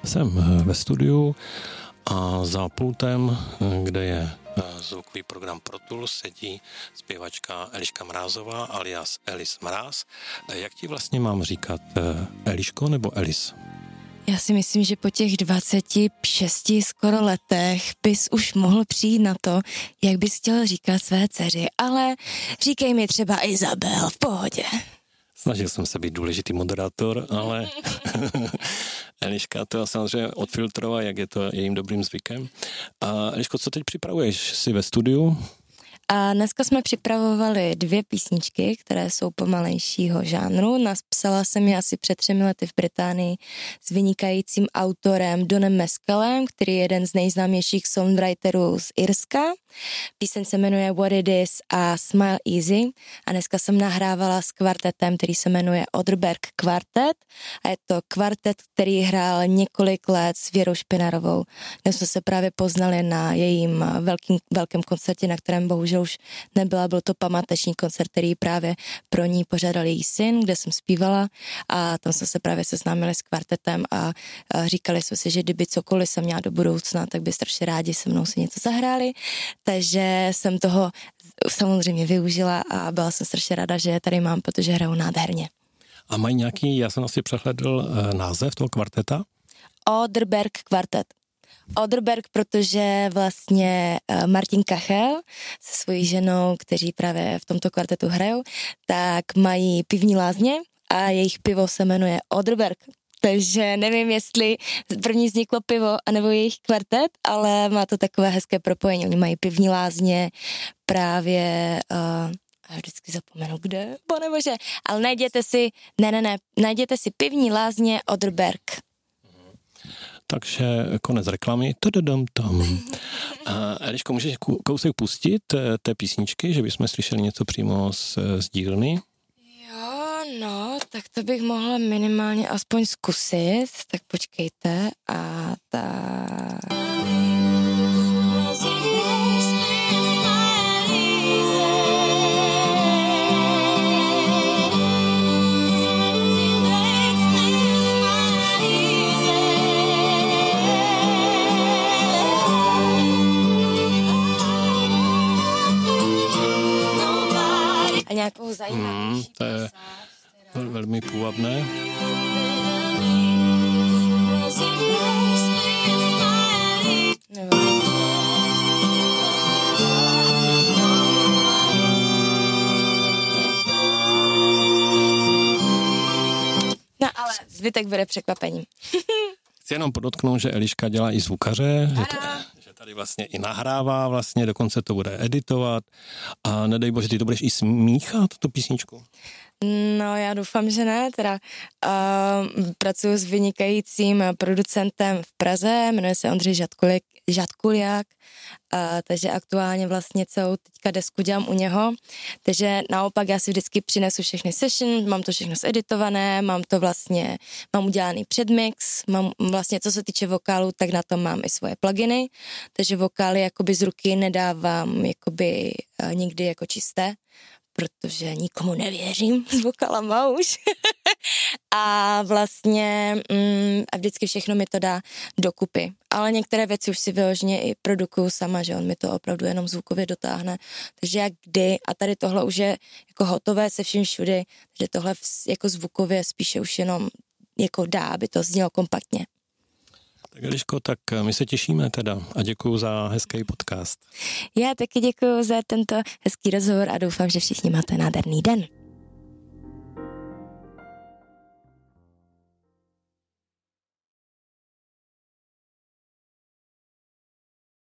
Jsem ve studiu a za pultem, kde je zvukový program Pro Tools, sedí zpěvačka Eliška Mrázová alias Elis Mráz. Jak ti vlastně mám říkat, Eliško nebo Elis? Já si myslím, že po těch 26 skoro letech bys už mohl přijít na to, jak bys chtěl říkat své dceři, ale říkej mi třeba Izabel, v pohodě. Snažil jsem se být důležitý moderátor, ale Eliška to samozřejmě odfiltrovat, jak je to jejím dobrým zvykem. A Eliško, co teď připravuješ? Jsi ve studiu? A dneska jsme připravovali 2 písničky, které jsou pomalejšího žánru. Napsala jsem je asi před 3 lety v Británii s vynikajícím autorem Donem Mescalem, který je jeden z nejznámějších songwriterů z Irska. Píseň se jmenuje What It Is a Smile Easy. A dneska jsem nahrávala s kvartetem, který se jmenuje Oderberg Quartet. A je to kvartet, který hrál několik let s Věrou Špinarovou. Dnes jsme se právě poznali na jejím velkém koncertě, na kterém bohužel už nebyla, byl to památeční koncert, který právě pro ní pořádal její syn, kde jsem zpívala a tam jsme se právě seznámili s kvartetem a říkali jsme si, že kdyby cokoliv jsem měla do budoucna, tak by strašně rádi se mnou si něco zahráli, takže jsem toho samozřejmě využila a byla jsem strašně ráda, že je tady mám, protože hrajou nádherně. A mají nějaký, já jsem asi přehledl název toho kvarteta? Oderberg Quartet. Oderberg, protože vlastně Martin Kachel se svojí ženou, kteří právě v tomto kvartetu hrajou, tak mají pivní lázně a jejich pivo se jmenuje Oderberg. Takže nevím, jestli první vzniklo pivo anebo jejich kvartet, ale má to takové hezké propojení. Oni mají pivní lázně právě... Já vždycky zapomenu, kde, bože, ale najděte si pivní lázně Oderberg. Takže konec reklamy. Eliško, můžeš kousek pustit té písničky, že bychom slyšeli něco přímo z dílny? Jo, no, tak to bych mohla minimálně aspoň zkusit. Tak počkejte a tak... A nějakou zajímavější. To je velmi půvabné. No ale zbytek bude překvapením. Chci jenom podotknout, že Eliška dělá i zvukaře, že tady vlastně i nahrává, vlastně dokonce to bude editovat a nedej bože, ty to budeš i smíchat, tu písničku? No já doufám, že ne, teda pracuji s vynikajícím producentem v Praze, jmenuje se Ondřej Žadkuliák, takže aktuálně vlastně celou teďka desku dělám u něho, takže naopak já si vždycky přinesu všechny session, mám to všechno zeditované, mám udělaný předmix, mám vlastně, co se týče vokálu, tak na tom mám i svoje pluginy, takže vokály jakoby z ruky nedávám jakoby nikdy jako čisté, protože nikomu nevěřím s vokalama už. A vlastně a vždycky všechno mi to dá dokupy. Ale některé věci už si vyloženě i produkuju sama, že on mi to opravdu jenom zvukově dotáhne. Takže jak kdy, a tady tohle už je jako hotové se vším všudy, že tohle jako zvukově spíše už jenom jako dá, aby to znělo kompaktně. Tak Eliško, tak my se těšíme teda a děkuju za hezký podcast. Já taky děkuju za tento hezký rozhovor a doufám, že všichni máte nádherný den.